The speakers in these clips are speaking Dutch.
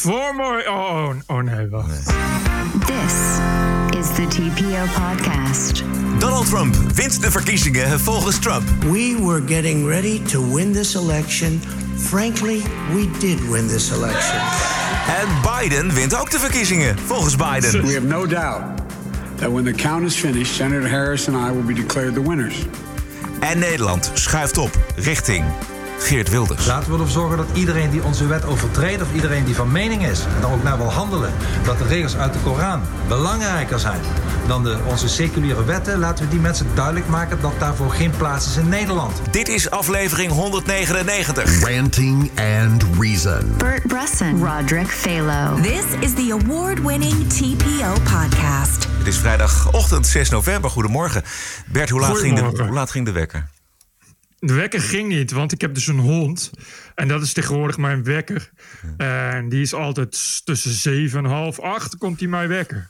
Former... Oh nee, wacht. This is the TPO podcast. Donald Trump wint de verkiezingen volgens Trump. We were getting ready to win this election. Frankly, we did win this election. En Biden wint ook de verkiezingen volgens Biden. We have no doubt that when the count is finished, Senator Harris and I will be declared the winners. En Nederland schuift op richting Geert Wilders. Laten we ervoor zorgen dat iedereen die onze wet overtreedt... of iedereen die van mening is en dan ook naar wil handelen... dat de regels uit de Koran belangrijker zijn dan onze seculiere wetten. Laten we die mensen duidelijk maken dat daarvoor geen plaats is in Nederland. Dit is aflevering 199. Ranting and Reason. Bert Bresson, Roderick Phalo. This is the award-winning TPO podcast. Het is vrijdagochtend 6 november. Goedemorgen. Bert, hoe laat ging de wekker? De wekker ging niet, want ik heb dus een hond. En dat is tegenwoordig mijn wekker. En die is altijd tussen 7 en half 8 komt hij mij wekken.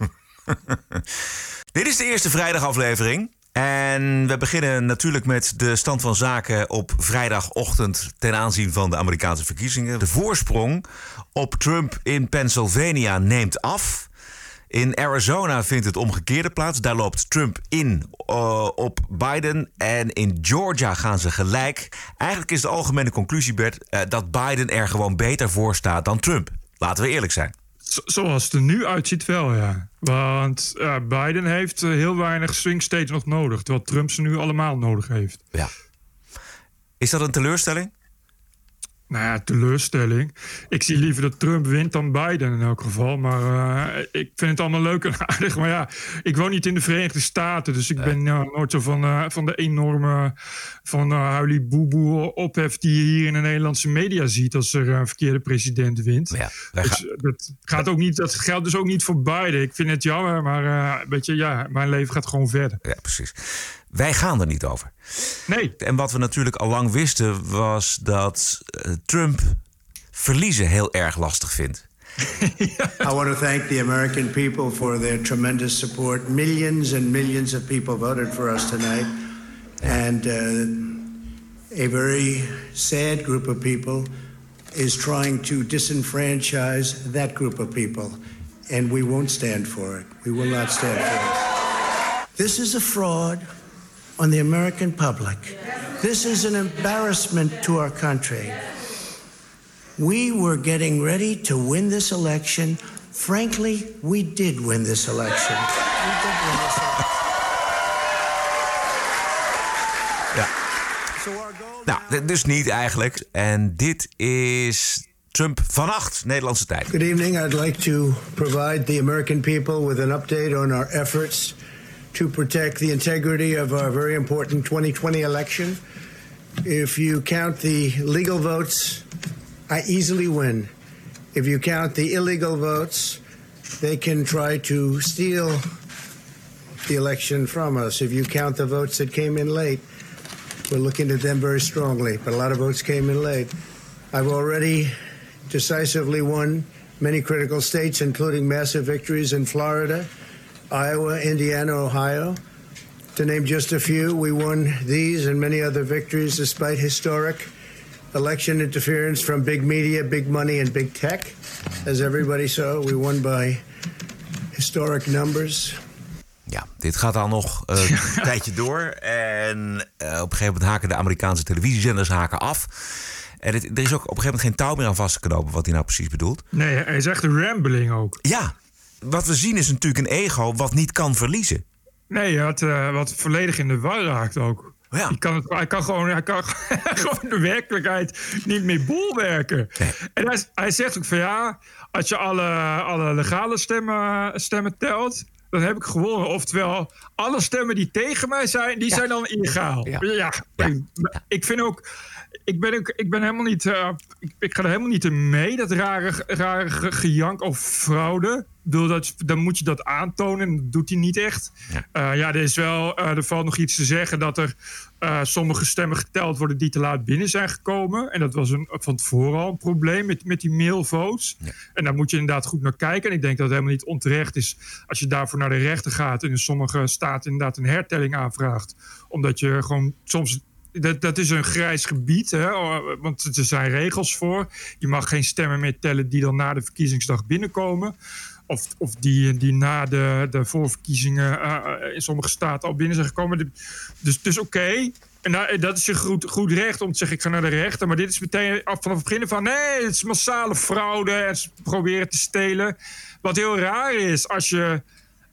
Dit is de eerste vrijdagaflevering. En we beginnen natuurlijk met de stand van zaken op vrijdagochtend ten aanzien van de Amerikaanse verkiezingen. De voorsprong op Trump in Pennsylvania neemt af. In Arizona vindt het omgekeerde plaats. Daar loopt Trump in op Biden. En in Georgia gaan ze gelijk. Eigenlijk is de algemene conclusie, Bert, dat Biden er gewoon beter voor staat dan Trump. Laten we eerlijk zijn. Zoals het er nu uitziet wel, ja. Want Biden heeft heel weinig swing states nog nodig. Terwijl Trump ze nu allemaal nodig heeft. Ja. Is dat een teleurstelling? Nou ja, teleurstelling. Ik zie liever dat Trump wint dan Biden in elk geval. Maar ik vind het allemaal leuk en aardig. Maar ja, ik woon niet in de Verenigde Staten. Dus ik ben nooit zo van de enorme huilie-boeboe ophef die je hier in de Nederlandse media ziet als er een verkeerde president wint. Ja, dat geldt dus ook niet voor Biden. Ik vind het jammer, maar mijn leven gaat gewoon verder. Ja, precies. Wij gaan er niet over. Nee. En wat we natuurlijk al lang wisten was dat Trump verliezen heel erg lastig vindt. I want to thank the American people for their tremendous support. Millions and millions of people voted for us tonight. And a very sad group of people is trying to disenfranchise that group of people. And we won't stand for it. We will not stand for it. This is a fraud on the American public. This is an embarrassment to our country. We were getting ready to win this election. Frankly, we did win this election. Ja. Nou, dus niet eigenlijk. En dit is Trump vannacht, Nederlandse tijd. Good evening. I'd like to provide the American people with an update on our efforts to protect the integrity of our very important 2020 election. If you count the legal votes, I easily win. If you count the illegal votes, they can try to steal the election from us. If you count the votes that came in late, we're looking at them very strongly, but a lot of votes came in late. I've already decisively won many critical states, including massive victories in Florida, Iowa, Indiana, Ohio. To name just a few, we won these and many other victories despite historic election interference from big media, big money, and big tech. As everybody saw, we won by historic numbers. Ja, dit gaat dan nog een tijdje door. En op een gegeven moment haken de Amerikaanse televisiezenders af. En er is ook op een gegeven moment geen touw meer aan vast te knopen wat hij nou precies bedoelt. Nee, hij is echt een rambling ook. Ja, wat we zien is natuurlijk een ego wat niet kan verliezen. Nee, wat volledig in de war raakt ook. Ja. Hij kan gewoon de werkelijkheid niet meer bolwerken. Nee. En hij zegt ook van ja, als je alle legale stemmen telt, dan heb ik gewonnen. Oftewel, alle stemmen die tegen mij zijn, die zijn dan illegaal. Ja. Ik vind ook, ik ben helemaal niet, ik ga er helemaal niet in mee, dat rare gejank of fraude. Dan moet je dat aantonen en dat doet hij niet echt. Er valt nog iets te zeggen dat er sommige stemmen geteld worden die te laat binnen zijn gekomen. En dat was van tevoren al een probleem met die mailvotes. Ja. En daar moet je inderdaad goed naar kijken. En ik denk dat het helemaal niet onterecht is als je daarvoor naar de rechter gaat en in sommige staten inderdaad een hertelling aanvraagt. Omdat je gewoon soms dat is een grijs gebied, hè, want er zijn regels voor. Je mag geen stemmen meer tellen die dan na de verkiezingsdag binnenkomen. Of die na de voorverkiezingen in sommige staten al binnen zijn gekomen. Dus oké. En dat is je goed recht om te zeggen, ik ga naar de rechter. Maar dit is meteen vanaf het begin van... nee, het is massale fraude en ze proberen te stelen. Wat heel raar is, als je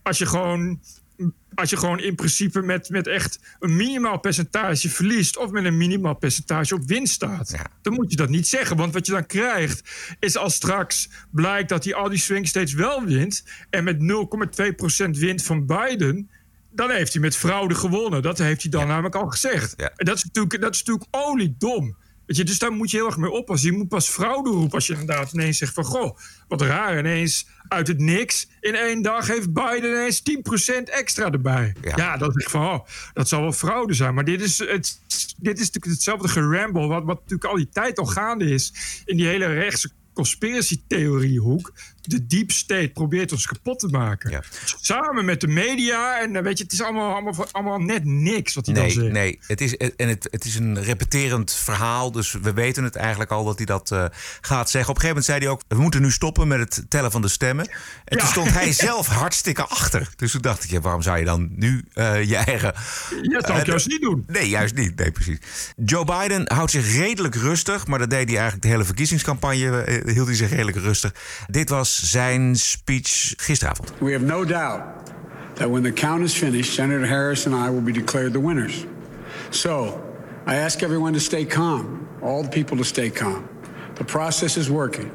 gewoon in principe met echt een minimaal percentage verliest... of met een minimaal percentage op winst staat. Ja. Dan moet je dat niet zeggen. Want wat je dan krijgt, is als straks blijkt dat hij al die swing states wel wint... en met 0,2% wint van Biden... dan heeft hij met fraude gewonnen. Dat heeft hij dan namelijk al gezegd. Ja. En dat is natuurlijk oliedom. Weet je, dus daar moet je heel erg mee oppassen. Je moet pas fraude roepen als je inderdaad ineens zegt van... goh, wat raar, ineens uit het niks... in 1 dag heeft Biden ineens 10% extra erbij. Ja, dan zeg ik van, dat zal wel fraude zijn. Maar dit is natuurlijk hetzelfde geramble... wat natuurlijk al die tijd al gaande is... in die hele rechtse conspiracy-theoriehoek. De deep state probeert ons kapot te maken. Ja. Samen met de media. En weet je, het is allemaal net niks wat hij dan zegt. Nee, het is een repeterend verhaal. Dus we weten het eigenlijk al dat hij dat gaat zeggen. Op een gegeven moment zei hij ook... we moeten nu stoppen met het tellen van de stemmen. En toen stond hij zelf hartstikke achter. Dus toen dacht ik, waarom zou je dan nu je eigen... dat zou ik juist niet doen. Nee, juist niet. Nee, precies. Joe Biden houdt zich redelijk rustig. Maar dat deed hij eigenlijk de hele verkiezingscampagne... hield hij zich redelijk rustig. Dit was zijn speech gisteravond. We have no doubt that when the count is finished, Senator Harris and I will be declared the winners. So, I ask everyone to stay calm, all the people to stay calm. The process is working.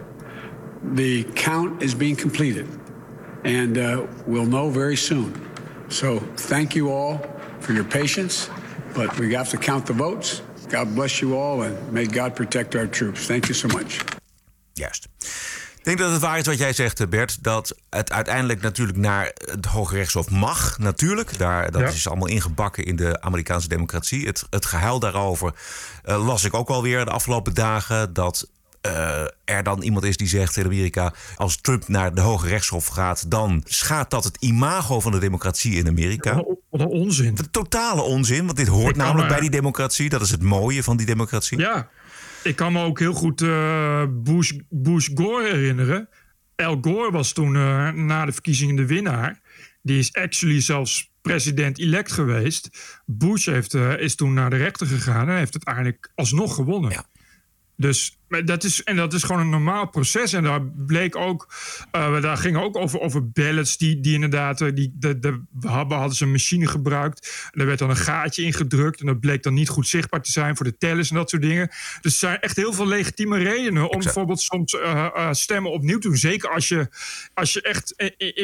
The count is being completed, and we'll know very soon. So, thank you all for your patience, but we have to count the votes. God bless you all, and may God protect our troops. Thank you so much. Juist. Ik denk dat het waar is wat jij zegt, Bert. Dat het uiteindelijk natuurlijk naar het Hoge Rechtshof mag. Natuurlijk. Dat is allemaal ingebakken in de Amerikaanse democratie. Het gehuil daarover las ik ook alweer de afgelopen dagen. Dat er dan iemand is die zegt in Amerika... als Trump naar de Hoge Rechtshof gaat... dan schaadt dat het imago van de democratie in Amerika. Wat een onzin. Totale onzin, want dit hoort namelijk bij die democratie. Dat is het mooie van die democratie. Ja. Ik kan me ook heel goed Bush Gore herinneren. Al Gore was toen na de verkiezingen de winnaar. Die is actually zelfs president-elect geweest. Bush is toen naar de rechter gegaan en heeft uiteindelijk alsnog gewonnen. Ja. Dus dat is gewoon een normaal proces. En daar bleek ook... daar ging ook over ballots die inderdaad... hadden ze een machine gebruikt. En er werd dan een gaatje ingedrukt. En dat bleek dan niet goed zichtbaar te zijn voor de tellers en dat soort dingen. Dus er zijn echt heel veel legitieme redenen... om bijvoorbeeld soms stemmen opnieuw te doen. Zeker als je echt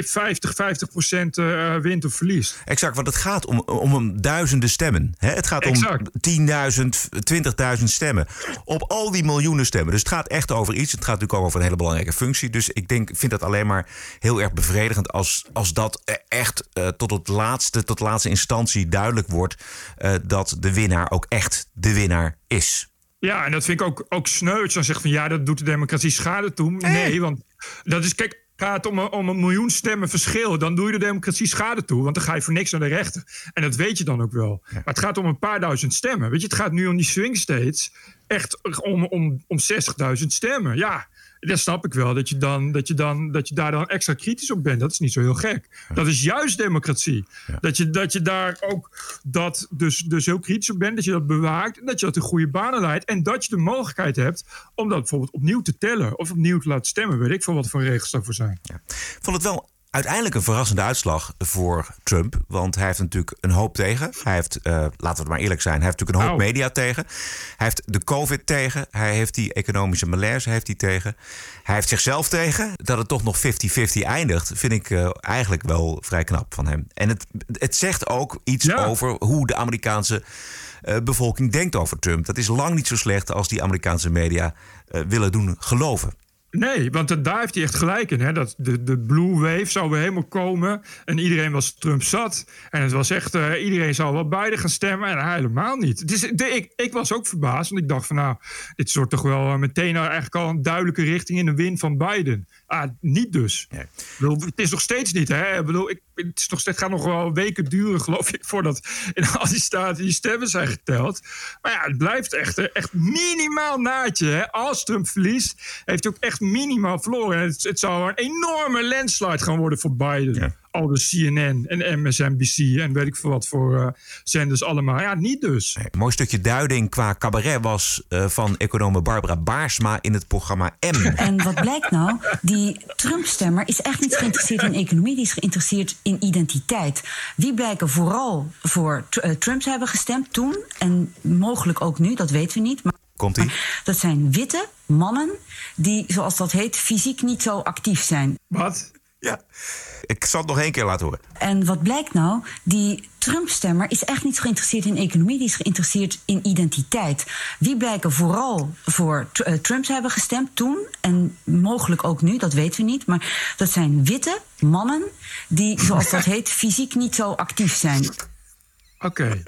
50% wint of verliest. Exact, want het gaat om duizenden stemmen. Hè? Het gaat om 10.000, 20.000 stemmen. Op al die miljoenen stemmen. Dus het gaat echt over iets. Het gaat natuurlijk ook over een hele belangrijke functie. Dus ik vind dat alleen maar heel erg bevredigend... als dat echt tot de laatste instantie duidelijk wordt... dat de winnaar ook echt de winnaar is. Ja, en dat vind ik ook sneu. Dan zegt van dat doet de democratie schade toe. Nee, want dat is... Kijk, gaat om een miljoen stemmen verschil... dan doe je de democratie schade toe. Want dan ga je voor niks naar de rechter. En dat weet je dan ook wel. Ja. Maar het gaat om een paar duizend stemmen. Weet je, het gaat nu om die swing states... echt om 60.000 stemmen. Ja, dat snap ik wel. Dat je daar dan extra kritisch op bent. Dat is niet zo heel gek. Ja. Dat is juist democratie. Ja. Dat je daar ook dus heel kritisch op bent. Dat je dat bewaakt. En dat je dat in goede banen leidt. En dat je de mogelijkheid hebt om dat bijvoorbeeld opnieuw te tellen. Of opnieuw te laten stemmen. Weet ik veel wat voor regels daarvoor zijn. Ja. Ik vond het wel uiteindelijk een verrassende uitslag voor Trump. Want hij heeft natuurlijk een hoop tegen. Hij heeft, laten we het maar eerlijk zijn... hij heeft natuurlijk een hoop media tegen. Hij heeft de COVID tegen. Hij heeft die economische malaise tegen. Hij heeft zichzelf tegen. Dat het toch nog 50-50 eindigt... vind ik eigenlijk wel vrij knap van hem. En het zegt ook iets over hoe de Amerikaanse bevolking denkt over Trump. Dat is lang niet zo slecht als die Amerikaanse media willen doen geloven. Nee, want daar heeft hij echt gelijk in. Hè? Dat de blue wave zou weer helemaal komen. En iedereen was Trump zat. En het was echt, iedereen zou wel Biden gaan stemmen. En hij helemaal niet. Ik was ook verbaasd. Want ik dacht van dit soort toch wel meteen eigenlijk al een duidelijke richting in de win van Biden. Niet dus. Nee. Ik bedoel, het is nog steeds niet, hè? Ik bedoel, het gaat nog wel weken duren, geloof ik, voordat in al die staten die stemmen zijn geteld. Maar ja, het blijft echt minimaal naadje, hè? Als Trump verliest, heeft hij ook echt minimaal verloren. En het zou een enorme landslide gaan worden voor Biden. Ja. Al de CNN en MSNBC en weet ik veel wat voor zenders allemaal. Ja, niet dus. Nee, een mooi stukje duiding qua cabaret was van econoom Barbara Baarsma in het programma M. En wat blijkt nou? Die Trump-stemmer is echt niet geïnteresseerd in economie. Die is geïnteresseerd in identiteit. Die blijken vooral voor Trump hebben gestemd toen. En mogelijk ook nu, dat weten we niet. Maar Komt-ie? dat zijn witte mannen die, zoals dat heet, fysiek niet zo actief zijn. Wat? Ja. Ik zal het nog 1 keer laten horen. En wat blijkt nou? Die Trump-stemmer is echt niet geïnteresseerd in economie. Die is geïnteresseerd in identiteit. Die blijken vooral voor Trump hebben gestemd toen. En mogelijk ook nu, dat weten we niet. Maar dat zijn witte mannen die, zoals dat heet, fysiek niet zo actief zijn. Oké.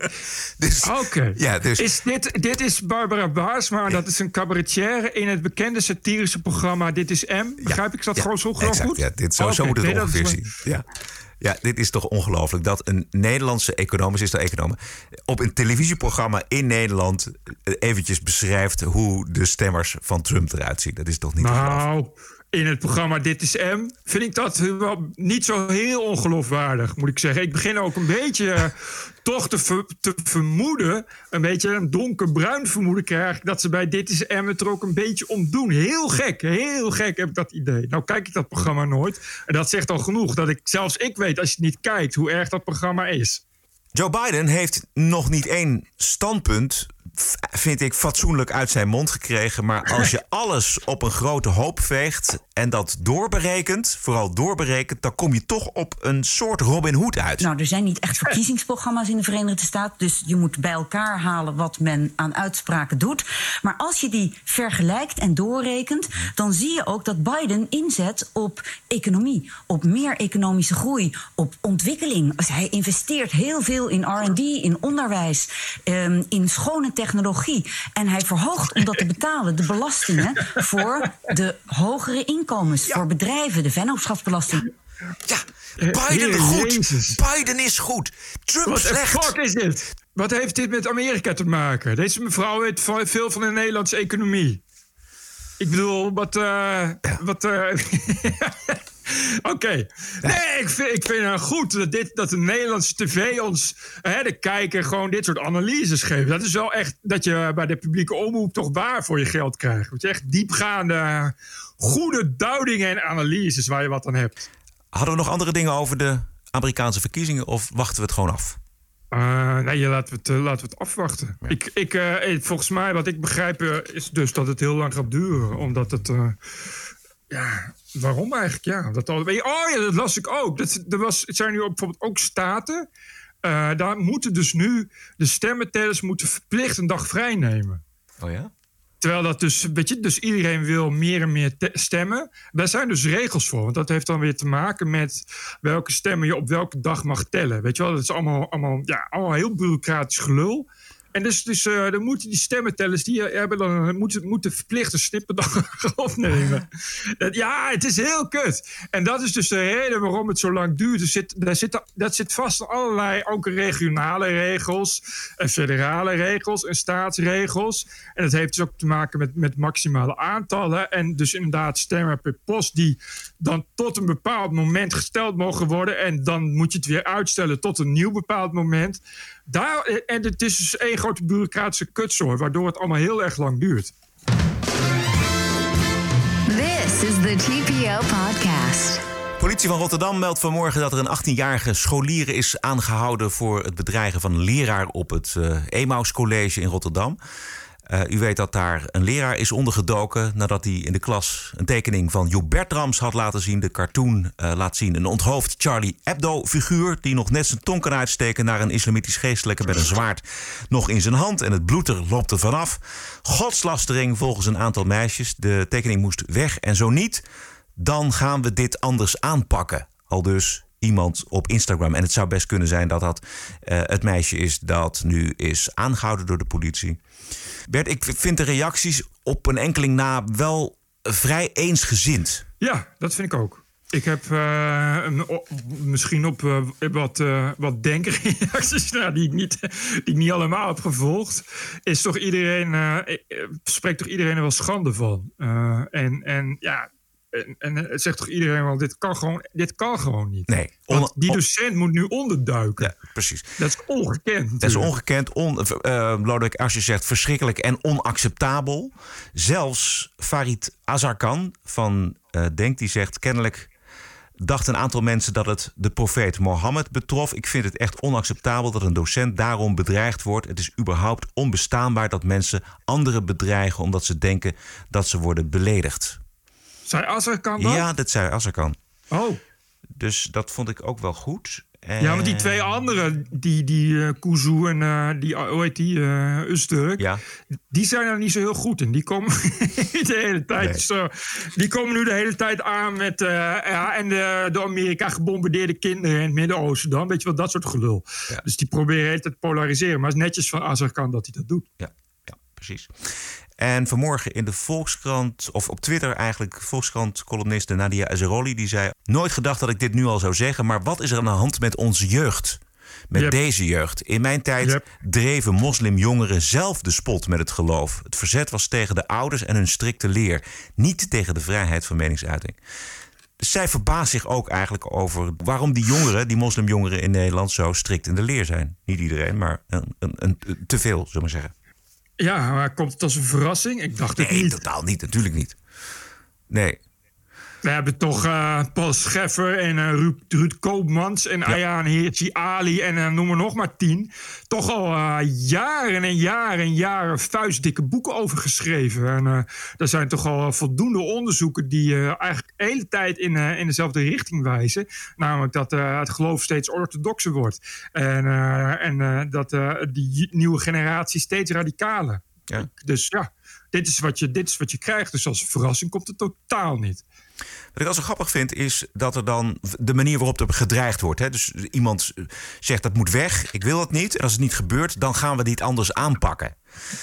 Ja, dus Dit is Barbara Baarsma. Dat is een cabaretière in het bekende satirische programma Dit is M. Begrijp ik dat gewoon zo goed? Ja, zo moet het ongeveer zien. Ja, dit is toch ongelooflijk dat een Nederlandse econoom, op een televisieprogramma in Nederland eventjes beschrijft hoe de stemmers van Trump eruit zien. Dat is toch niet te geloven? Nou, in het programma Dit is M vind ik dat wel niet zo heel ongeloofwaardig, moet ik zeggen. Ik begin ook een beetje toch te vermoeden, een beetje een donkerbruin vermoeden krijg ik, dat ze bij Dit is M het er ook een beetje om doen. Heel gek heb ik dat idee. Nou kijk ik dat programma nooit. En dat zegt al genoeg dat zelfs ik weet, als je het niet kijkt, hoe erg dat programma is. Joe Biden heeft nog niet 1 standpunt, vind ik, fatsoenlijk uit zijn mond gekregen. Maar als je alles op een grote hoop veegt en dat vooral doorberekent, dan kom je toch op een soort Robin Hood uit. Nou, er zijn niet echt verkiezingsprogramma's in de Verenigde Staten. Dus je moet bij elkaar halen wat men aan uitspraken doet. Maar als je die vergelijkt en doorrekent, dan zie je ook dat Biden inzet op economie, op meer economische groei, op ontwikkeling. Dus hij investeert heel veel in R&D, in onderwijs, in schone technologie. En hij verhoogt, om dat te betalen, de belastingen voor de hogere inkomens, voor bedrijven, de vennootschapsbelasting. Ja, Biden goed. Biden is goed. Trump slecht. Wat de fuck is dit? Wat heeft dit met Amerika te maken? Deze mevrouw weet veel van de Nederlandse economie. Ik bedoel, Oké. Nee, ik vind het goed dat de Nederlandse tv ons, de kijker, gewoon dit soort analyses geeft. Dat is wel echt dat je bij de publieke omroep toch waar voor je geld krijgt. Dat je echt diepgaande, goede duidingen en analyses waar je wat aan hebt. Hadden we nog andere dingen over de Amerikaanse verkiezingen of wachten we het gewoon af? Nee, laten we het afwachten. Ja. Volgens mij, wat ik begrijp, is dus dat het heel lang gaat duren. Omdat het... waarom eigenlijk? Ja, dat las ik ook. Het zijn nu bijvoorbeeld ook staten. Daar moeten dus nu de stemmentellers verplicht een dag vrij nemen. Oh ja? Terwijl dat dus, dus iedereen wil meer en meer stemmen. Daar zijn dus regels voor. Want dat heeft dan weer te maken met welke stemmen je op welke dag mag tellen. Weet je wel, dat is allemaal heel bureaucratisch gelul. En dus dan moeten die stemmentellers, die hebben dan moeten verplicht een snippendag opnemen. Het is heel kut. En dat is dus de reden waarom het zo lang duurt. Dat zit vast in allerlei ook regionale regels, en federale regels en staatsregels. En dat heeft dus ook te maken met maximale aantallen. En dus inderdaad stemmen per post die dan tot een bepaald moment gesteld mogen worden. En dan moet je het weer uitstellen tot een nieuw bepaald moment. En het is dus één grote bureaucratische kutzooi, waardoor het allemaal heel erg lang duurt. This is the TPO podcast. Politie van Rotterdam meldt vanmorgen dat er een 18-jarige scholier is aangehouden voor het bedreigen van een leraar op het Emaus College in Rotterdam. U weet dat daar een leraar is ondergedoken nadat hij in de klas een tekening van Joep Bertrams had laten zien. De cartoon laat zien een onthoofd Charlie Hebdo-figuur die nog net zijn tong kan uitsteken naar een islamitisch geestelijke met een zwaard nog in zijn hand. En het bloed loopt er vanaf. Godslastering volgens een aantal meisjes. De tekening moest weg en zo niet, dan gaan we dit anders aanpakken. Aldus iemand op Instagram. En het zou best kunnen zijn dat dat het meisje is dat nu is aangehouden door de politie. Bert, ik vind de reacties op een enkeling na wel vrij eensgezind. Ja, dat vind ik ook. Ik heb misschien op wat denkreacties die ik niet allemaal heb gevolgd. Is toch iedereen, spreekt toch iedereen er wel schande van? En zegt toch iedereen wel, dit kan gewoon niet. Nee. Want die docent moet nu onderduiken. Ja, precies. Dat is ongekend. Dat is ongekend. Lodewijk Asscher zegt verschrikkelijk en onacceptabel. Zelfs Farid Azarkan van Denk, die zegt kennelijk dachten een aantal mensen dat het de profeet Mohammed betrof. Ik vind het echt onacceptabel dat een docent daarom bedreigd wordt. Het is überhaupt onbestaanbaar dat mensen anderen bedreigen omdat ze denken dat ze worden beledigd. Zei Azarkan dat? Ja, dat zei Azarkan. Oh. Dus dat vond ik ook wel goed. Ja, maar die twee anderen, die Kuzu en hoe heet die, Öztürk, ja. Die zijn er niet zo heel goed in. Die komen de hele tijd die komen nu de hele tijd aan met door Amerika gebombardeerde kinderen in het Midden-Oosten dan. Weet je wel, dat soort gelul. Ja. Dus die proberen de hele tijd te polariseren. Maar het is netjes van Azarkan dat hij dat doet. Ja, precies. En vanmorgen in de Volkskrant, of op Twitter eigenlijk, Volkskrant-columniste Nadia Azzaroli, die zei: nooit gedacht dat ik dit nu al zou zeggen, maar wat is er aan de hand met onze jeugd? Met deze jeugd. In mijn tijd dreven moslimjongeren zelf de spot met het geloof. Het verzet was tegen de ouders en hun strikte leer, niet tegen de vrijheid van meningsuiting. Zij verbaast zich ook eigenlijk over waarom die jongeren, die moslimjongeren in Nederland, zo strikt in de leer zijn. Niet iedereen, maar te veel, zullen we maar zeggen. Ja, maar komt het als een verrassing? Ik dacht het niet. Nee, totaal niet. Natuurlijk niet. Nee. We hebben toch Paul Scheffer en Ruud Koopmans en Ayaan Hirsi Ali en noem er nog maar 10. Toch al jaren en jaren en jaren vuistdikke boeken over geschreven. En er zijn toch al voldoende onderzoeken die eigenlijk de hele tijd in dezelfde richting wijzen. Namelijk dat het geloof steeds orthodoxer wordt. En dat die nieuwe generatie steeds radicaler. Ja. Dus ja, dit is wat je krijgt. Dus als verrassing komt het totaal niet. Wat ik al zo grappig vind is dat er dan de manier waarop er gedreigd wordt. Hè? Dus iemand zegt dat moet weg, ik wil het niet. En als het niet gebeurt, dan gaan we dit anders aanpakken.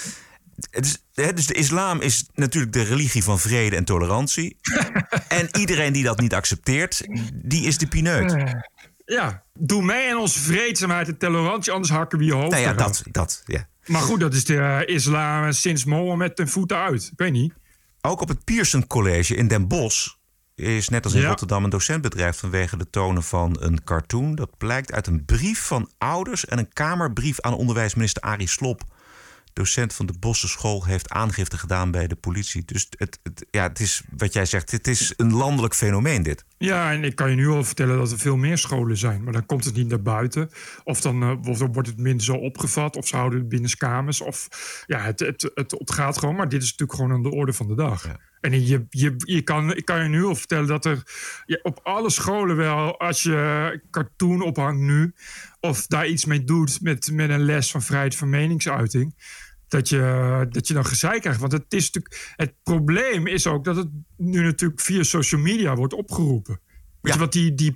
Dus de islam is natuurlijk de religie van vrede en tolerantie. En iedereen die dat niet accepteert, die is de pineut. Ja, doe mee aan onze vreedzaamheid en tolerantie, anders hakken we je hoofd. Nou ja, dat. Maar goed, dat is de islam sinds Mohammed ten voeten uit. Ik weet niet. Ook op het Pearson College in Den Bosch is net als in Rotterdam een docent bedreigd vanwege de tonen van een cartoon. Dat blijkt uit een brief van ouders en een kamerbrief aan onderwijsminister Arie Slob. Docent van de Bosse school heeft aangifte gedaan bij de politie. Dus het is wat jij zegt, het is een landelijk fenomeen dit. Ja, en ik kan je nu al vertellen dat er veel meer scholen zijn. Maar dan komt het niet naar buiten. Of dan wordt het minder zo opgevat. Of ze houden het binnenskamers. Of ja, het ontgaat gewoon. Maar dit is natuurlijk gewoon aan de orde van de dag. Ja. En ik kan je nu al vertellen dat er op alle scholen wel, als je cartoon ophangt nu, of daar iets mee doet met een les van vrijheid van meningsuiting, dat je dan gezeik krijgt. Want het probleem is ook dat het nu natuurlijk via social media wordt opgeroepen. Weet je wat,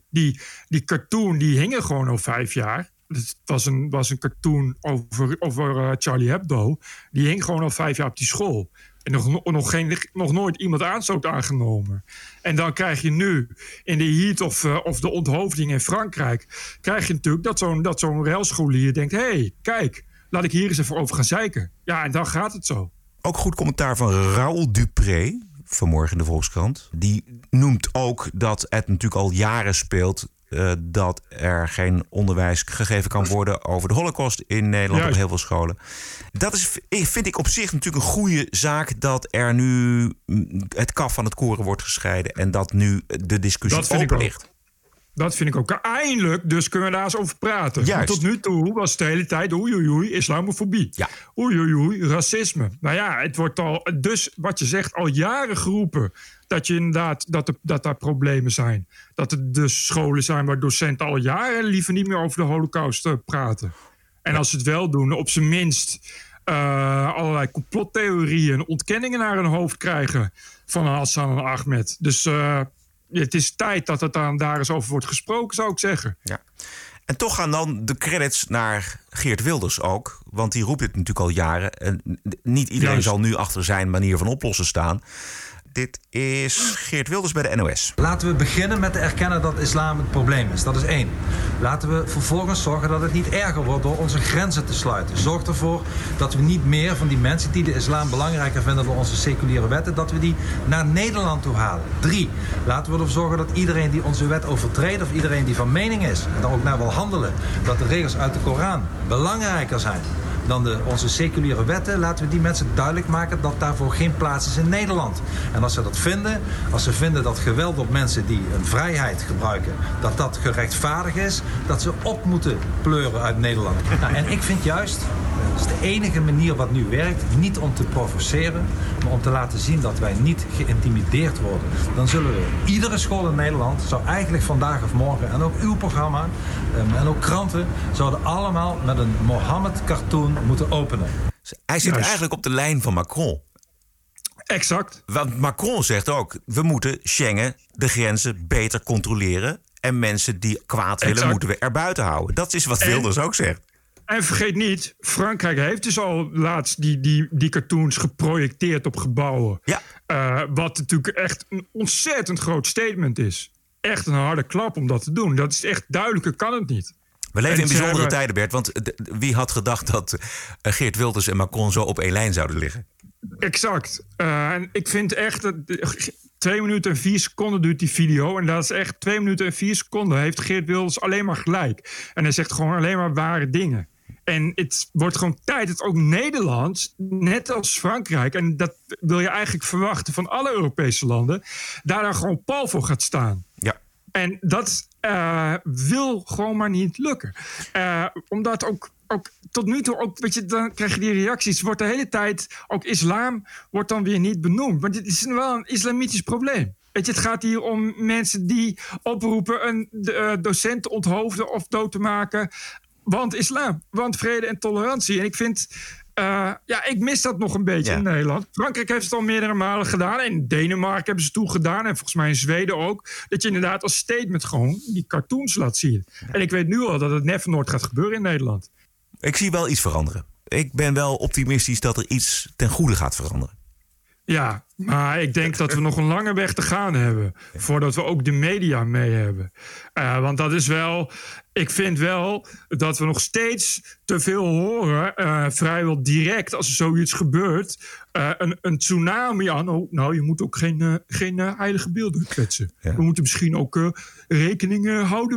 die cartoon, die hing er gewoon al 5 jaar. Het was een cartoon over Charlie Hebdo. Die hing gewoon al 5 jaar op die school. En nog nooit iemand aanstoot aangenomen. En dan krijg je nu in de heat of de onthoofding in Frankrijk, krijg je natuurlijk dat zo'n railscholier denkt, hey, kijk, laat ik hier eens even over gaan zeiken. Ja, en dan gaat het zo. Ook goed commentaar van Raoul Dupré vanmorgen in de Volkskrant. Die noemt ook dat het natuurlijk al jaren speelt dat er geen onderwijs gegeven kan worden over de Holocaust in Nederland op heel veel scholen. Dat vind ik op zich natuurlijk een goede zaak dat er nu het kaf van het koren wordt gescheiden en dat nu de discussie open ligt. Dat vind ik ook. Eindelijk, dus kunnen we daar eens over praten. Want tot nu toe was het de hele tijd oei, islamofobie. Ja. Oei, racisme. Nou ja, het wordt al, dus wat je zegt, al jaren geroepen dat je inderdaad dat daar problemen zijn. Dat er dus scholen zijn waar docenten al jaren liever niet meer over de Holocaust praten. En als ze het wel doen, op zijn minst allerlei complottheorieën en ontkenningen naar hun hoofd krijgen van Hassan en Ahmed. Dus het is tijd dat het daar eens over wordt gesproken, zou ik zeggen. Ja. En toch gaan dan de credits naar Geert Wilders ook. Want die roept het natuurlijk al jaren. En niet iedereen zal nu achter zijn manier van oplossen staan. Dit is Geert Wilders bij de NOS. Laten we beginnen met te erkennen dat islam het probleem is. Dat is 1. Laten we vervolgens zorgen dat het niet erger wordt door onze grenzen te sluiten. Zorg ervoor dat we niet meer van die mensen die de islam belangrijker vinden dan onze seculiere wetten, dat we die naar Nederland toe halen. 3. Laten we ervoor zorgen dat iedereen die onze wet overtreedt of iedereen die van mening is en daar ook naar wil handelen, dat de regels uit de Koran belangrijker zijn dan onze seculiere wetten, laten we die mensen duidelijk maken dat daarvoor geen plaats is in Nederland. En als ze dat vinden, als ze vinden dat geweld op mensen die een vrijheid gebruiken, dat gerechtvaardigd is, dat ze op moeten pleuren uit Nederland. Nou, en ik vind juist, dat is de enige manier wat nu werkt, niet om te provoceren, maar om te laten zien dat wij niet geïntimideerd worden. Dan zullen we, iedere school in Nederland zou eigenlijk vandaag of morgen, en ook uw programma, en ook kranten, zouden allemaal met een Mohammed-cartoon moeten openen. Hij zit eigenlijk op de lijn van Macron. Exact. Want Macron zegt ook, we moeten Schengen, de grenzen, beter controleren. En mensen die kwaad willen, moeten we erbuiten houden. Dat is wat Wilders ook zegt. En vergeet niet, Frankrijk heeft dus al laatst die cartoons geprojecteerd op gebouwen. Ja. Wat natuurlijk echt een ontzettend groot statement is. Echt een harde klap om dat te doen. Dat is echt duidelijker, kan het niet. We leven in bijzondere tijden, Bert. Want wie had gedacht dat Geert Wilders en Macron zo op één lijn zouden liggen? Exact. En ik vind echt dat 2 minuten en 4 seconden duurt die video. En dat is echt 2 minuten en 4 seconden heeft Geert Wilders alleen maar gelijk. En hij zegt gewoon alleen maar ware dingen. En het wordt gewoon tijd dat ook Nederland, net als Frankrijk, en dat wil je eigenlijk verwachten van alle Europese landen, daar dan gewoon pal voor gaat staan. Ja. En dat wil gewoon maar niet lukken. Omdat ook tot nu toe, weet je, dan krijg je die reacties. Wordt de hele tijd, ook islam wordt dan weer niet benoemd. Maar dit is wel een islamitisch probleem. Weet je, het gaat hier om mensen die oproepen een docent te onthoofden of dood te maken. Want islam, want vrede en tolerantie. En ik vind, ik mis dat nog een beetje in Nederland. Frankrijk heeft het al meerdere malen gedaan. En in Denemarken hebben ze het toegedaan. En volgens mij in Zweden ook. Dat je inderdaad als statement gewoon die cartoons laat zien. En ik weet nu al dat het never nooit gaat gebeuren in Nederland. Ik zie wel iets veranderen. Ik ben wel optimistisch dat er iets ten goede gaat veranderen. Ja, maar ik denk dat we nog een lange weg te gaan hebben. Voordat we ook de media mee hebben. Want dat is wel. Ik vind wel dat we nog steeds te veel horen. Vrijwel direct als er zoiets gebeurt. Een tsunami aan. Nou, je moet ook geen heilige beelden kwetsen. Ja. We moeten misschien ook rekening houden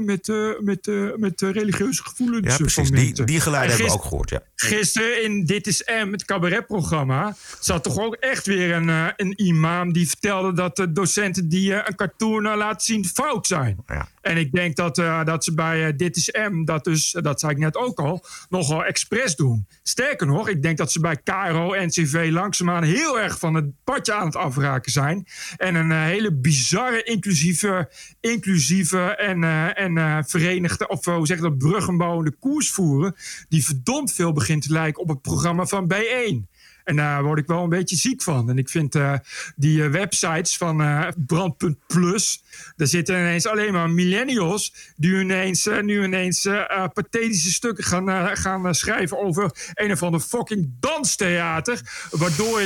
met religieuze gevoelens. Ja, precies. Die geluiden hebben we ook gehoord. Ja. Gisteren in Dit is M, het cabaretprogramma, zat toch ook echt weer een imam die vertelde dat de docenten die een cartoon laten zien fout zijn. Ja. En ik denk dat ze bij Dit is M, dat zei ik net ook al, nogal expres doen. Sterker nog, ik denk dat ze bij KRO en NCV langzaamaan heel erg van het padje aan het afraken zijn. En een hele bizarre, inclusieve en verenigde, of hoe zeg je dat, bruggenbouwende koers voeren, die verdomd veel begint te lijken op het programma van B1. En daar word ik wel een beetje ziek van. En ik vind die websites van Brandpunt Plus, daar zitten ineens alleen maar millennials die nu ineens pathetische stukken gaan schrijven over een of ander fucking danstheater, waardoor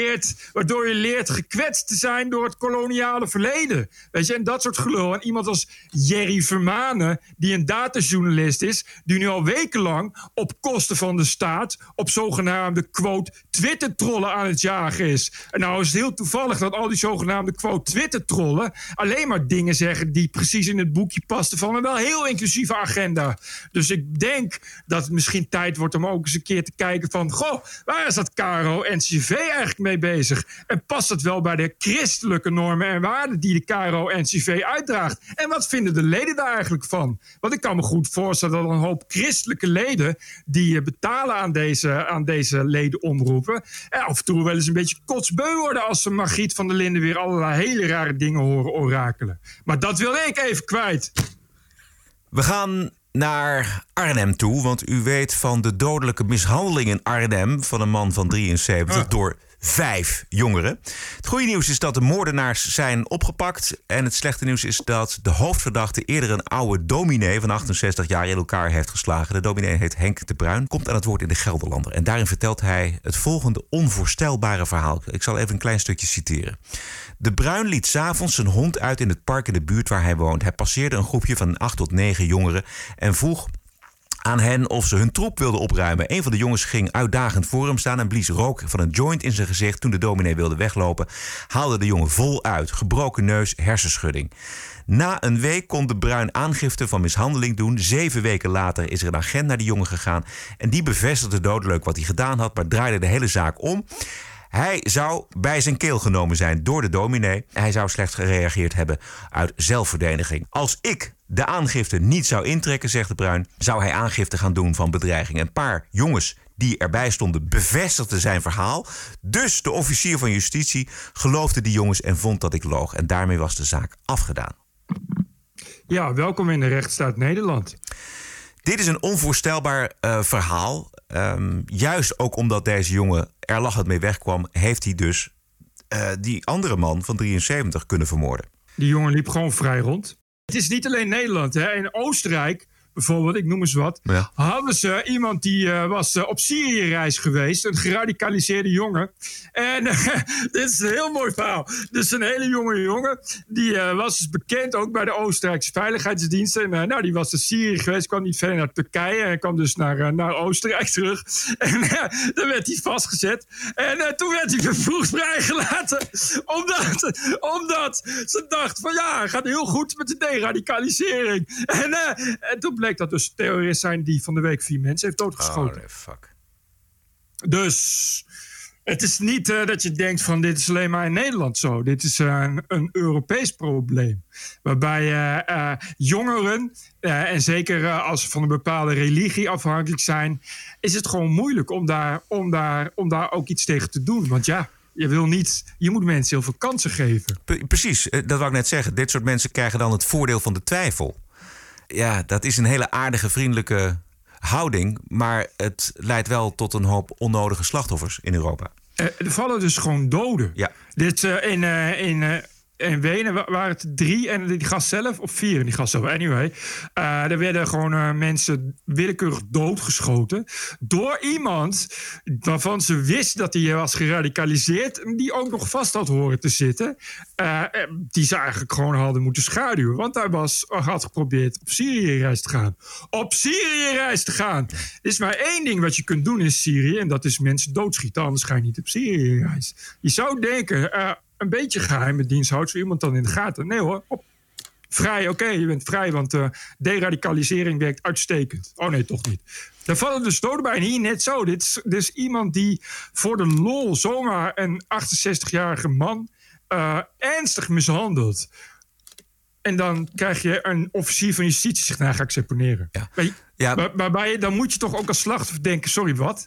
je leert gekwetst te zijn door het koloniale verleden. Weet je, en dat soort gelul. En iemand als Jerry Vermanen, die een datajournalist is, die nu al wekenlang op kosten van de staat op zogenaamde quote Twitter-trollen aan het jagen is. En nou is het heel toevallig dat al die zogenaamde quote Twitter-trollen alleen maar dingen zeggen die precies in het boekje pasten van een wel heel inclusieve agenda. Dus ik denk dat het misschien tijd wordt om ook eens een keer te kijken van, goh, waar is dat KRO-NCV eigenlijk mee bezig? En past dat wel bij de christelijke normen en waarden die de KRO-NCV uitdraagt? En wat vinden de leden daar eigenlijk van? Want ik kan me goed voorstellen dat een hoop christelijke leden die betalen aan deze ledenomroepen af en toe wel eens een beetje kotsbeu worden als ze Margriet van der Linden weer allerlei hele rare dingen horen orakelen. Maar dat wilde ik even kwijt. We gaan naar Arnhem toe, want u weet van de dodelijke mishandeling in Arnhem van een man van 73 door 5 jongeren. Het goede nieuws is dat de moordenaars zijn opgepakt. En het slechte nieuws is dat de hoofdverdachte eerder een oude dominee van 68 jaar in elkaar heeft geslagen. De dominee heet Henk de Bruin, komt aan het woord in de Gelderlander. En daarin vertelt hij het volgende onvoorstelbare verhaal. Ik zal even een klein stukje citeren. De Bruin liet 's avonds zijn hond uit in het park in de buurt waar hij woont. Hij passeerde een groepje van 8 tot 9 jongeren en vroeg aan hen of ze hun troep wilden opruimen. Een van de jongens ging uitdagend voor hem staan en blies rook van een joint in zijn gezicht. Toen de dominee wilde weglopen, haalde de jongen vol uit. Gebroken neus, hersenschudding. Na een week kon de Bruin aangifte van mishandeling doen. 7 weken later is er een agent naar die jongen gegaan en die bevestigde dodelijk wat hij gedaan had, maar draaide de hele zaak om. Hij zou bij zijn keel genomen zijn door de dominee. Hij zou slechts gereageerd hebben uit zelfverdediging. Als ik de aangifte niet zou intrekken, zegt de Bruin, zou hij aangifte gaan doen van bedreiging. Een paar jongens die erbij stonden bevestigden zijn verhaal. Dus de officier van justitie geloofde die jongens en vond dat ik loog. En daarmee was de zaak afgedaan. Ja, welkom in de rechtsstaat Nederland. Dit is een onvoorstelbaar verhaal. Juist ook omdat deze jongen er lachend mee wegkwam, heeft hij dus die andere man van 73 kunnen vermoorden. Die jongen liep gewoon vrij rond. Het is niet alleen Nederland. Hè. In Oostenrijk, bijvoorbeeld, ik noem eens wat, hadden ze iemand die was op Syrië-reis geweest. Een geradicaliseerde jongen. En dit is een heel mooi verhaal. Dus een hele jonge jongen, die was dus bekend ook bij de Oostenrijkse veiligheidsdiensten. En die was naar Syrië geweest, kwam niet verder naar Turkije. En kwam dus naar Oostenrijk terug. En dan werd hij vastgezet. En toen werd hij vervroegd vrijgelaten. Omdat ze dacht van ja, gaat heel goed met de deradicalisering. En toen bleek dat dus terroristen zijn die van de week 4 mensen heeft doodgeschoten. Oh, fuck. Dus het is niet dat je denkt van dit is alleen maar in Nederland zo. Dit is een Europees probleem. Waarbij jongeren, en zeker als ze van een bepaalde religie afhankelijk zijn, is het gewoon moeilijk om daar ook iets tegen te doen. Want ja, je moet mensen heel veel kansen geven. Precies, dat wou ik net zeggen. Dit soort mensen krijgen dan het voordeel van de twijfel. Ja, dat is een hele aardige, vriendelijke houding. Maar het leidt wel tot een hoop onnodige slachtoffers in Europa. Er vallen dus gewoon doden. Ja. Dit in Wenen waren het 3 en die gast zelf, of 4 en die gast zelf. Anyway, er werden gewoon mensen willekeurig doodgeschoten door iemand waarvan ze wist dat hij was geradicaliseerd en die ook nog vast had horen te zitten. Die ze eigenlijk gewoon hadden moeten schaduwen, want hij had geprobeerd op Syrië-reis te gaan. Op Syrië-reis te gaan! Er is maar 1 ding wat je kunt doen in Syrië en dat is mensen doodschieten, anders ga je niet op Syrië-reis. Je zou denken, een beetje geheime dienst houdt zo iemand dan in de gaten. Nee hoor, vrij, oké, je bent vrij, want deradicalisering werkt uitstekend. Oh nee, toch niet. Daar vallen dus doden bij en hier net zo. Dit is iemand die voor de lol zomaar een 68-jarige man ernstig mishandelt. En dan krijg je een officier van justitie zegt, nou ga ik seponeren. Ja. Waarbij dan moet je toch ook als slachtoffer denken, sorry, wat?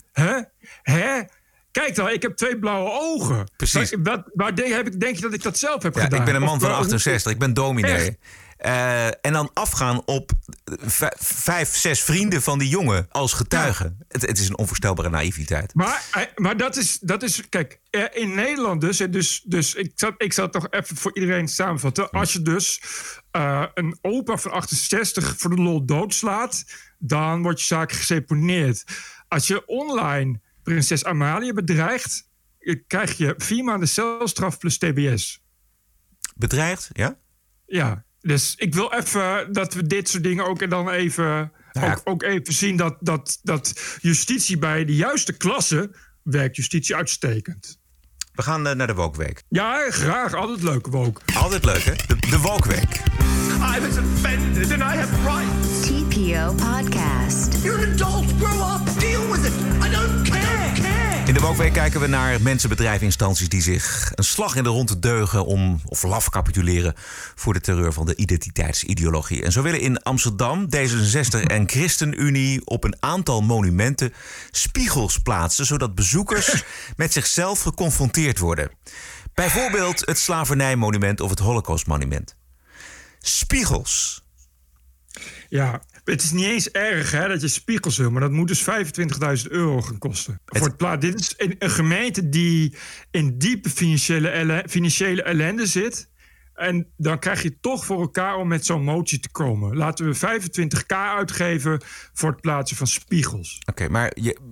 Hè? Kijk dan, ik heb 2 blauwe ogen. Precies. Denk je dat ik dat zelf heb gedaan? Ik ben een man van 68, ik ben dominee. En dan afgaan op 5, 6 vrienden van die jongen als getuigen. Ja. Het is een onvoorstelbare naïviteit. Maar dat is kijk, in Nederland dus ik zal het toch even voor iedereen samenvatten. Als je dus een opa van 68 voor de lol doodslaat, dan wordt je zaak geseponeerd. Als je online prinses Amalia bedreigt, krijg je 4 maanden celstraf plus TBS. Bedreigd, ja? Ja, dus ik wil even dat we dit soort dingen ook en dan even, ook even zien dat justitie bij de juiste klasse werkt justitie uitstekend. We gaan naar de Woke-week. Ja, graag. Altijd leuk, Woke. Altijd leuk, hè? De Woke-week. I was offended and I have rights. TPO Podcast. You're an adult. Grow up. Deal with it. I don't care. In de Woke-week kijken we naar mensen, bedrijven, instanties die zich een slag in de ronde deugen of laf capituleren voor de terreur van de identiteitsideologie. En zo willen in Amsterdam D66 en ChristenUnie op een aantal monumenten spiegels plaatsen, zodat bezoekers met zichzelf geconfronteerd worden. Bijvoorbeeld het slavernijmonument of het Holocaustmonument. Spiegels. Ja, Het is niet eens erg dat je spiegels wil, maar dat moet dus €25.000 gaan kosten. Dit is een gemeente die in diepe financiële ellende zit. En dan krijg je toch voor elkaar om met zo'n motie te komen. Laten we $25.000 uitgeven voor het plaatsen van spiegels. Oké, maar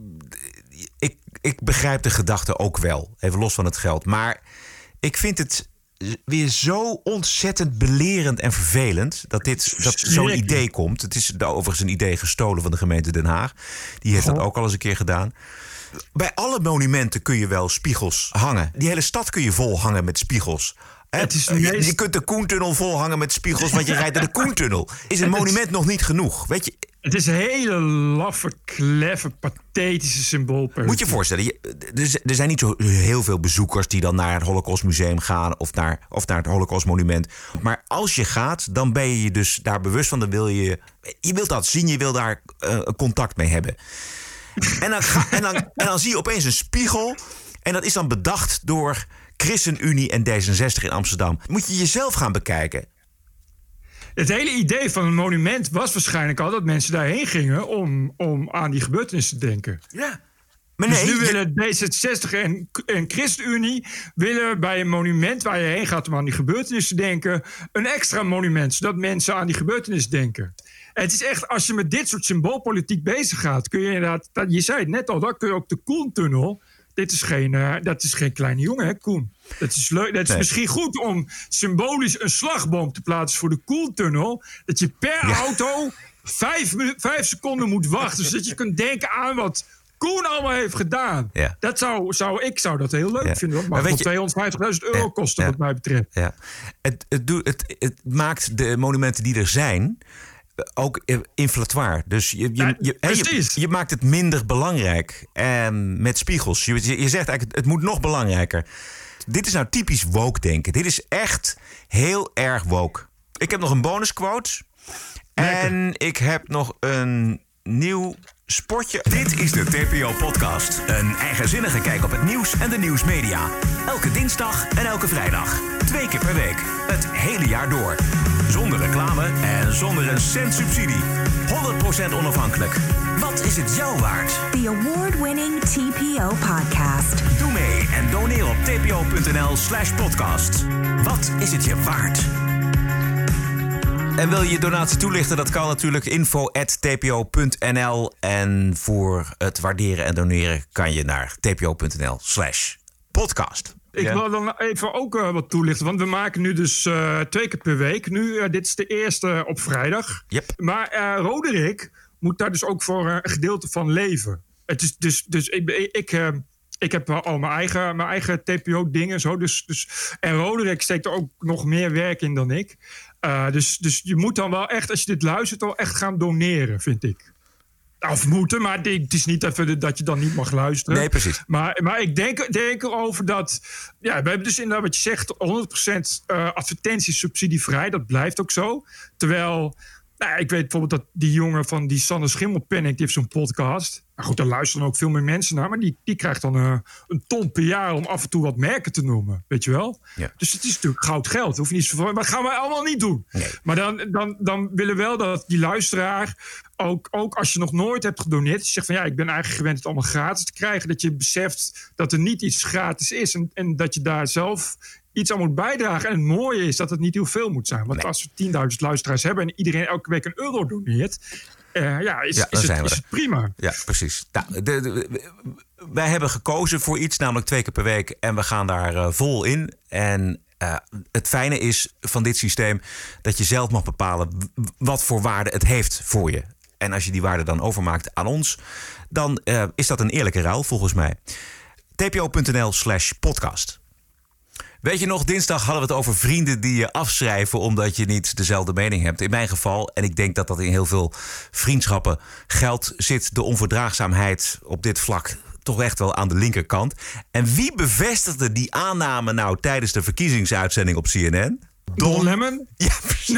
ik begrijp de gedachte ook wel. Even los van het geld. Maar ik vind het weer zo ontzettend belerend en vervelend dat zo'n idee komt. Het is overigens een idee gestolen van de gemeente Den Haag. Die heeft dat ook al eens een keer gedaan. Bij alle monumenten kun je wel spiegels hangen. Die hele stad kun je vol hangen met spiegels. Je kunt de Koentunnel vol hangen met spiegels, want je rijdt naar de Koentunnel. Is een monument nog niet genoeg? Weet je? Het is een hele laffe, kleffe, pathetische symboolpolitiek. Moet je je voorstellen, er zijn niet zo heel veel bezoekers die dan naar het Holocaustmuseum gaan of naar het Holocaustmonument. Maar als je gaat, dan ben je dus daar bewust van. Dan wil je wilt dat zien, je wil daar contact mee hebben. En dan zie je opeens een spiegel. En dat is dan bedacht door ChristenUnie en D66 in Amsterdam. Moet je jezelf gaan bekijken. Het hele idee van een monument was waarschijnlijk al dat mensen daarheen gingen om aan die gebeurtenissen te denken. Ja. Maar dus nu willen D66 en ChristenUnie willen bij een monument waar je heen gaat om aan die gebeurtenissen te denken, een extra monument, zodat mensen aan die gebeurtenissen denken. En het is echt, als je met dit soort symboolpolitiek bezig gaat, kun je inderdaad, je zei het net al, dan kun je ook de Koentunnel. Dat is geen kleine jongen, hè, Koen? Dat is leuk. Dat is misschien goed om symbolisch een slagboom te plaatsen voor de Koentunnel. Dat je per auto 5 seconden moet wachten, zodat je kunt denken aan wat Koen allemaal heeft gedaan. Ja. Dat zou dat heel leuk vinden. Dat mag wel €250.000 kosten, wat mij betreft. Ja. Het maakt de monumenten die er zijn ook inflatoire. Dus je maakt het minder belangrijk. En met spiegels. Je zegt eigenlijk, het moet nog belangrijker. Dit is nou typisch woke denken. Dit is echt heel erg woke. Ik heb nog een bonusquote. En ik heb nog een nieuw sportje. Dit is de TPO-podcast. Een eigenzinnige kijk op het nieuws en de nieuwsmedia. Elke dinsdag en elke vrijdag. 2 keer per week. Het hele jaar door. Zonder reclame en zonder een cent subsidie. 100% onafhankelijk. Wat is het jou waard? The award-winning TPO-podcast. Doe mee en doneer op tpo.nl/podcast. Wat is het je waard? En wil je donatie toelichten? Dat kan natuurlijk info@tpo.nl. En voor het waarderen en doneren kan je naar tpo.nl/podcast. Ik wil dan even ook wat toelichten. Want we maken nu dus 2 keer per week. Dit is de eerste op vrijdag. Yep. Maar Roderick moet daar dus ook voor een gedeelte van leven. Het is dus ik heb al mijn eigen TPO-dingen. En Roderick steekt er ook nog meer werk in dan ik. Dus je moet dan wel echt, als je dit luistert, wel echt gaan doneren, vind ik. Of moeten, maar het is niet even dat je dan niet mag luisteren. Nee, precies. Maar ik denk erover dat... Ja, we hebben dus inderdaad wat je zegt, 100% advertenties subsidievrij. Dat blijft ook zo. Terwijl, ik weet bijvoorbeeld dat die jongen van die Sander Schimmelpenninck, die heeft zo'n podcast. Maar goed, daar luisteren ook veel meer mensen naar. Maar die krijgt dan een ton per jaar om af en toe wat merken te noemen. Weet je wel? Ja. Dus het is natuurlijk goud geld. Hoef je niet maar dat gaan wij allemaal niet doen. Nee. Maar dan willen we wel dat die luisteraar, ook als je nog nooit hebt gedoneerd, je zegt van ik ben eigenlijk gewend het allemaal gratis te krijgen. Dat je beseft dat er niet iets gratis is. En dat je daar zelf iets aan moet bijdragen. En het mooie is dat het niet heel veel moet zijn. Want als we 10.000 luisteraars hebben en iedereen elke week €1 doneert, is het prima. Ja, precies. Nou, wij hebben gekozen voor iets, namelijk 2 keer per week. En we gaan daar vol in. En het fijne is van dit systeem dat je zelf mag bepalen wat voor waarde het heeft voor je. En als je die waarde dan overmaakt aan ons, dan is dat een eerlijke ruil volgens mij. tpo.nl/podcast. Weet je nog, dinsdag hadden we het over vrienden die je afschrijven omdat je niet dezelfde mening hebt. In mijn geval, en ik denk dat dat in heel veel vriendschappen geldt, zit de onverdraagzaamheid op dit vlak toch echt wel aan de linkerkant. En wie bevestigde die aanname nou tijdens de verkiezingsuitzending op CNN? Don Lemon? Ja,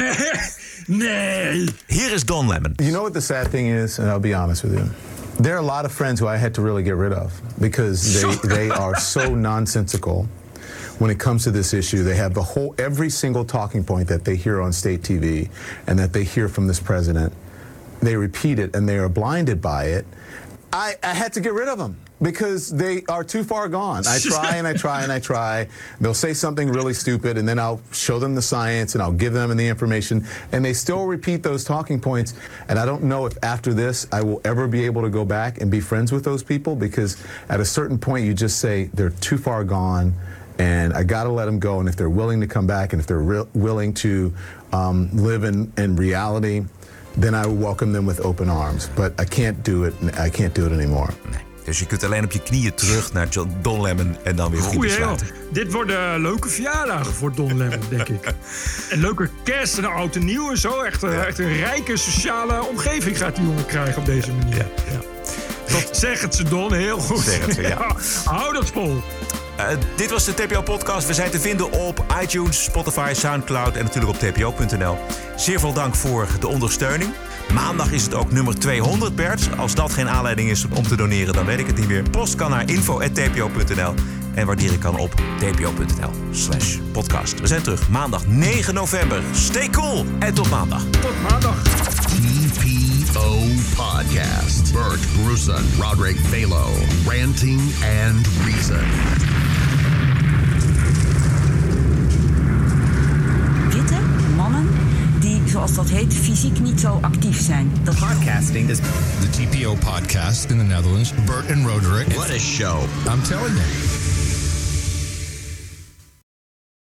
nee. Hier is Don Lemon. You know what the sad thing is? And I'll be honest with you. There are a lot of friends who I had to really get rid of because they are so nonsensical. When it comes to this issue, they have every single talking point that they hear on state TV and that they hear from this president they repeat it and they are blinded by it, I had to get rid of them because they are too far gone. I try and I try and I try. They'll say something really stupid, and then I'll show them the science and I'll give them the information, and they still repeat those talking points. And I don't know if after this I will ever be able to go back and be friends with those people, because at a certain point you just say they're too far gone, and I got to let them go. And if they're willing to come back, and if they're willing to live in reality, then I will welcome them with open arms. But I can't do it. I can't do it anymore. Nee. Dus je kunt alleen op je knieën terug naar Don Lemon en dan weer vrienden sluiten. Dit worden leuke verjaardagen voor Don Lemon, denk ik. En leuke kerst en oud en nieuw en zo. Echt een rijke sociale omgeving gaat die jongen krijgen op deze manier. Ja. Zeg het ze, Don, heel goed. Zeg het ze, ja. Hou dat vol. Dit was de TPO-podcast. We zijn te vinden op iTunes, Spotify, Soundcloud en natuurlijk op tpo.nl. Zeer veel dank voor de ondersteuning. Maandag is het ook nummer 200, Bert. Als dat geen aanleiding is om te doneren, dan weet ik het niet meer. Post kan naar info@tpo.nl en waarderen kan op tpo.nl/podcast. We zijn terug maandag 9 november. Stay cool en tot maandag. Tot maandag. TPO Podcast. Bert Brussen, Roderick Balo, Ranting and Reason. Witte mannen die, zoals dat heet, fysiek niet zo actief zijn. Podcasting is the TPO podcast in the Netherlands. Bert and Roderick. What a show. I'm telling you.